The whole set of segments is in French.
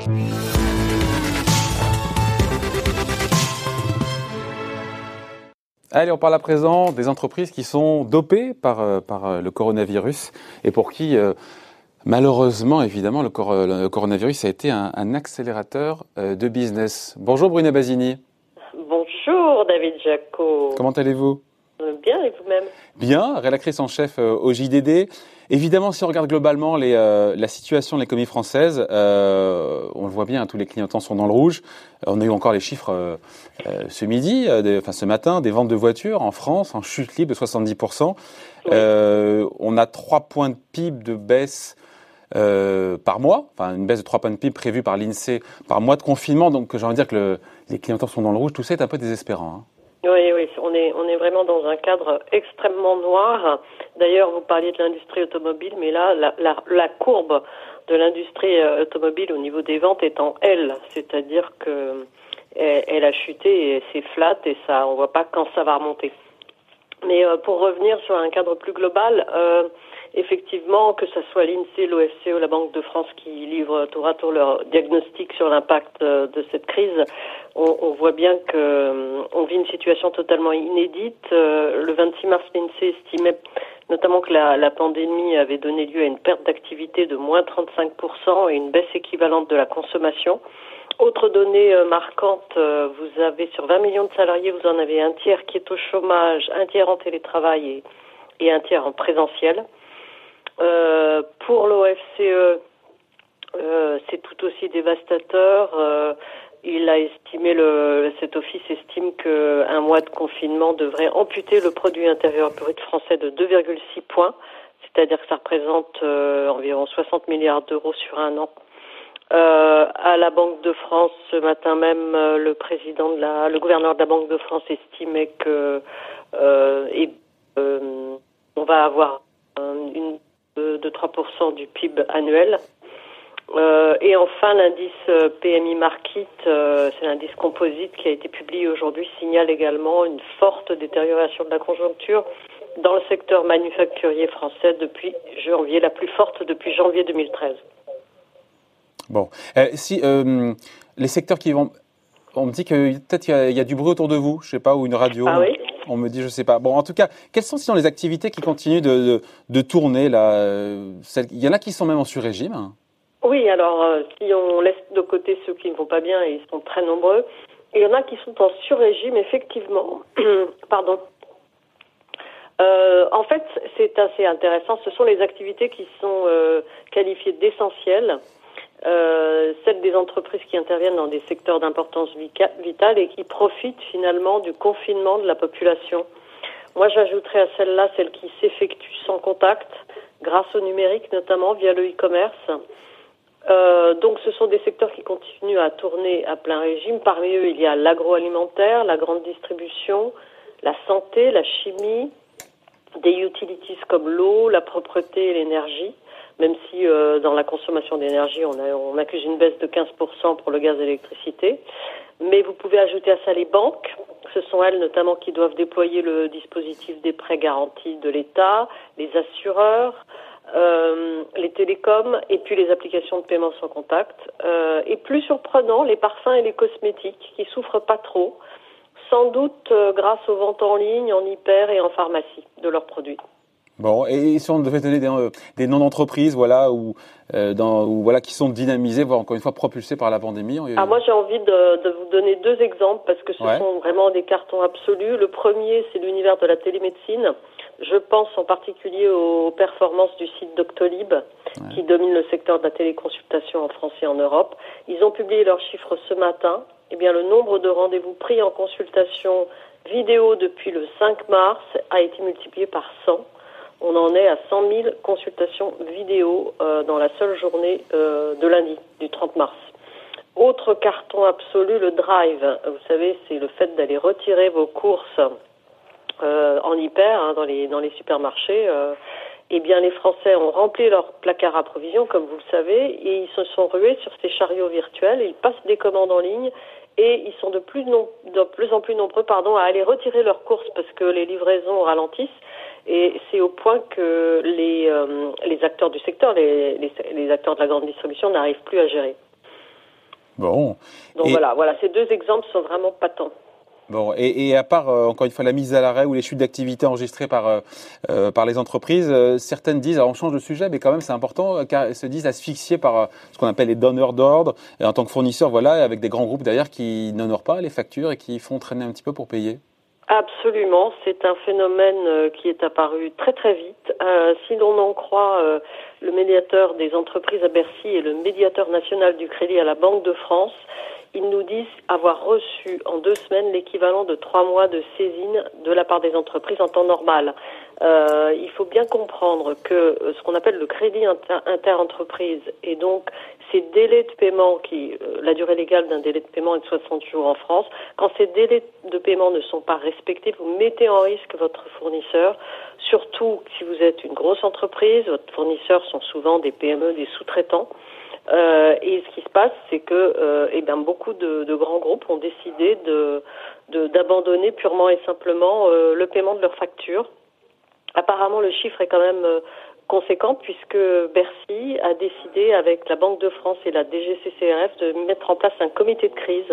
Allez, on parle à présent des entreprises qui sont dopées par le coronavirus et pour qui, malheureusement, évidemment, le coronavirus a été un accélérateur de business. Bonjour Bruna Basini. Bonjour David Jaco. Comment allez-vous ? Bien, et vous-même ? Bien, rédactrice en chef au JDD. Évidemment, si on regarde globalement la situation de l'économie française, on le voit bien, tous les clignotants sont dans le rouge. On a eu encore les chiffres ce matin, des ventes de voitures en France en chute libre de 70%. Oui. On a 3 points de PIB de baisse par mois, enfin une baisse de 3 points de PIB prévue par l'INSEE par mois de confinement. Donc j'ai envie de dire que les clignotants sont dans le rouge. Tout ça est un peu désespérant. Oui, on est vraiment dans un cadre extrêmement noir. D'ailleurs, vous parliez de l'industrie automobile, mais là, la courbe de l'industrie automobile au niveau des ventes est en L, c'est-à-dire que elle a chuté et c'est flat et ça, on voit pas quand ça va remonter. Mais pour revenir sur un cadre plus global, effectivement, que ce soit l'INSEE, l'OFCE ou la Banque de France qui livrent tour à tour leur diagnostic sur l'impact de cette crise, on voit bien qu'on vit une situation totalement inédite. Le 26 mars, l'INSEE estimait notamment que la pandémie avait donné lieu à une perte d'activité de moins 35% et une baisse équivalente de la consommation. Autre donnée marquante, vous avez sur 20 millions de salariés, vous en avez un tiers qui est au chômage, un tiers en télétravail et un tiers en présentiel. Pour l'OFCE, c'est tout aussi dévastateur. Il a estimé, cet office estime qu'un mois de confinement devrait amputer le produit intérieur brut français de 2,6 points, c'est-à-dire que ça représente environ 60 milliards d'euros sur un an. À la Banque de France, ce matin même, le gouverneur de la Banque de France estimait que on va avoir une de 3% du PIB annuel. Et enfin, l'indice PMI Market, c'est l'indice composite qui a été publié aujourd'hui, signale également une forte détérioration de la conjoncture dans le secteur manufacturier français depuis janvier, la plus forte depuis janvier 2013. Bon, les secteurs qui vont... On me dit que peut-être il y a du bruit autour de vous, je sais pas, ou une radio. Ah oui ? On me dit, je sais pas. Bon, en tout cas, quelles sont sinon les activités qui continuent de tourner là Il y en a qui sont même en sur-régime. Oui, alors si on laisse de côté ceux qui ne vont pas bien, et ils sont très nombreux, il y en a qui sont en sur-régime, effectivement. Pardon. En fait, c'est assez intéressant. Ce sont les activités qui sont qualifiées d'essentielles. Celles des entreprises qui interviennent dans des secteurs d'importance vitale et qui profitent finalement du confinement de la population. Moi, j'ajouterais à celle-là celle qui s'effectue sans contact, grâce au numérique notamment, via le e-commerce. Donc ce sont des secteurs qui continuent à tourner à plein régime. Parmi eux, il y a l'agroalimentaire, la grande distribution, la santé, la chimie, des utilities comme l'eau, la propreté et l'énergie. Même si dans la consommation d'énergie, on accuse une baisse de 15% pour le gaz et l'électricité. Mais vous pouvez ajouter à ça les banques. Ce sont elles notamment qui doivent déployer le dispositif des prêts garantis de l'État, les assureurs, les télécoms et puis les applications de paiement sans contact. Et plus surprenant, les parfums et les cosmétiques qui souffrent pas trop, sans doute grâce aux ventes en ligne, en hyper et en pharmacie de leurs produits. Bon, et si on devait donner des noms d'entreprises, qui sont dynamisées, voire encore une fois propulsées par la pandémie. Moi, j'ai envie de vous donner 2 exemples parce que ce sont vraiment des cartons absolus. Le premier, c'est l'univers de la télémédecine. Je pense en particulier aux performances du site Doctolib, qui domine le secteur de la téléconsultation en France et en Europe. Ils ont publié leurs chiffres ce matin. Eh bien, le nombre de rendez-vous pris en consultation vidéo depuis le 5 mars a été multiplié par 100. On en est à 100 000 consultations vidéo dans la seule journée de lundi, du 30 mars. Autre carton absolu, le drive. Vous savez, c'est le fait d'aller retirer vos courses en hyper, dans les supermarchés. Eh bien, les Français ont rempli leur placard à provisions, comme vous le savez, et ils se sont rués sur ces chariots virtuels. Ils passent des commandes en ligne et ils sont de plus en plus nombreux à aller retirer leurs courses parce que les livraisons ralentissent. Et c'est au point que les acteurs du secteur, les acteurs de la grande distribution n'arrivent plus à gérer. Bon. Donc voilà, ces deux exemples sont vraiment patents. Bon, et à part, encore une fois, la mise à l'arrêt ou les chutes d'activité enregistrées par les entreprises, certaines disent, alors on change de sujet, mais quand même c'est important, car elles se disent asphyxiées par ce qu'on appelle les donneurs d'ordre, et en tant que fournisseur, voilà, avec des grands groupes derrière qui n'honorent pas les factures et qui font traîner un petit peu pour payer. Absolument, c'est un phénomène qui est apparu très très vite. Si l'on en croit le médiateur des entreprises à Bercy et le médiateur national du crédit à la Banque de France, ils nous disent avoir reçu en 2 semaines l'équivalent de 3 mois de saisine de la part des entreprises en temps normal. Il faut bien comprendre que ce qu'on appelle le crédit interentreprise et donc ces délais de paiement la durée légale d'un délai de paiement est de 60 jours en France. Quand ces délais de paiement ne sont pas respectés, vous mettez en risque votre fournisseur, surtout si vous êtes une grosse entreprise, votre fournisseurs sont souvent des PME, des sous-traitants. Et ce qui se passe, c'est que beaucoup de grands groupes ont décidé d'abandonner purement et simplement le paiement de leurs factures. Apparemment, le chiffre est quand même conséquent puisque Bercy a décidé avec la Banque de France et la DGCCRF de mettre en place un comité de crise.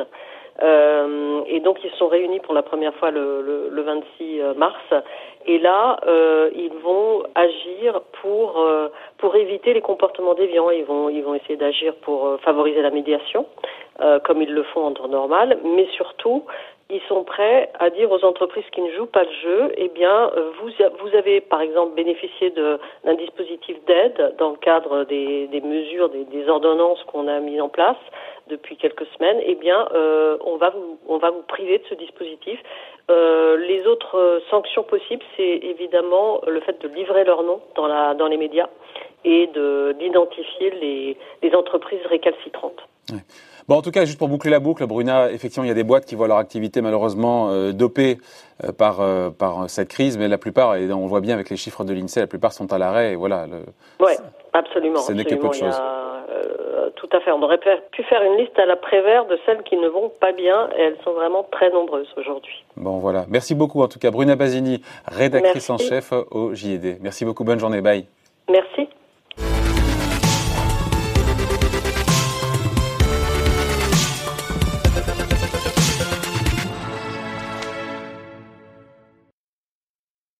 Et donc ils sont réunis pour la première fois le 26 mars. Et là, ils vont agir pour éviter les comportements déviants. Ils vont essayer d'agir pour favoriser la médiation, comme ils le font en temps normal, mais surtout ils sont prêts à dire aux entreprises qui ne jouent pas le jeu, eh bien, vous avez par exemple bénéficié d'un dispositif d'aide dans le cadre des mesures, des ordonnances qu'on a mises en place depuis quelques semaines, eh bien, on va vous priver de ce dispositif. Les autres sanctions possibles, c'est évidemment le fait de livrer leur nom dans les médias et d'identifier les entreprises récalcitrantes. Ouais. Bon, en tout cas, juste pour boucler la boucle, Bruna, effectivement, il y a des boîtes qui voient leur activité malheureusement dopée par cette crise, mais la plupart, et on voit bien avec les chiffres de l'INSEE, la plupart sont à l'arrêt. Et voilà. Oui, absolument. Ce n'est que peu de choses. Tout à fait. On aurait pu faire une liste à la Prévert de celles qui ne vont pas bien, et elles sont vraiment très nombreuses aujourd'hui. Bon, voilà. Merci beaucoup, en tout cas, Bruna Basini, rédactrice en chef au JDD. Merci beaucoup. Bonne journée. Bye. Merci.